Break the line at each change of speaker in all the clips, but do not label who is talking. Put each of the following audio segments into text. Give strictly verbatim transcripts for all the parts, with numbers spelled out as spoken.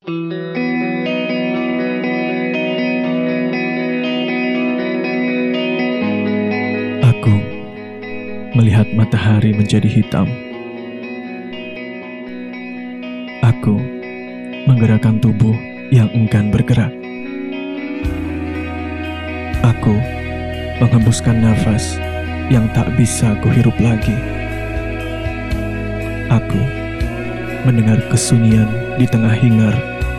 Aku melihat matahari menjadi hitam. Aku menggerakkan tubuh yang enggan bergerak. Aku menghembuskan nafas yang tak bisa kuhirup lagi. Aku mendengar kesunyian di tengah hingar.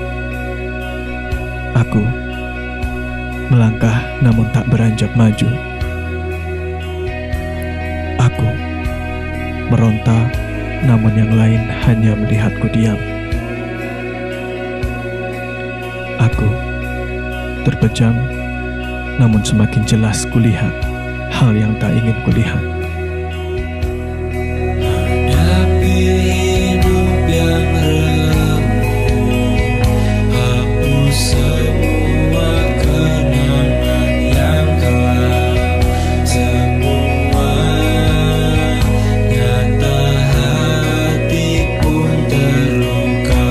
Aku melangkah namun tak beranjak maju. Aku meronta namun yang lain hanya melihatku diam. Aku terpejam namun semakin jelas kulihat hal yang tak ingin kulihat.
Hadapi hidup yang remuk, hapus semua kenangan yang kelam, semua nyata hati pun terluka.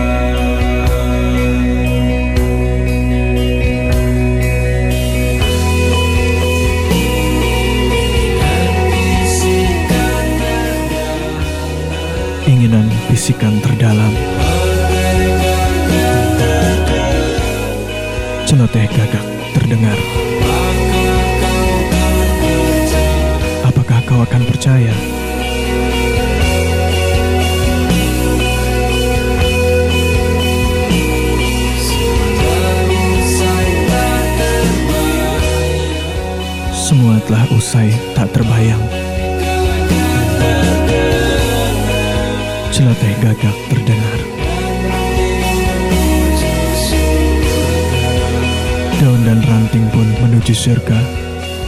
Inginan bisikan terdalam, celoteh gagak terdengar. Apakah kau akan percaya? Semua telah usai tak terbayang. Celoteh gagak terdengar. Daun dan ranting pun menuju surga.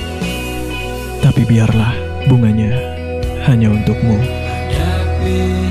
Tapi biarlah bunganya hanya untukmu.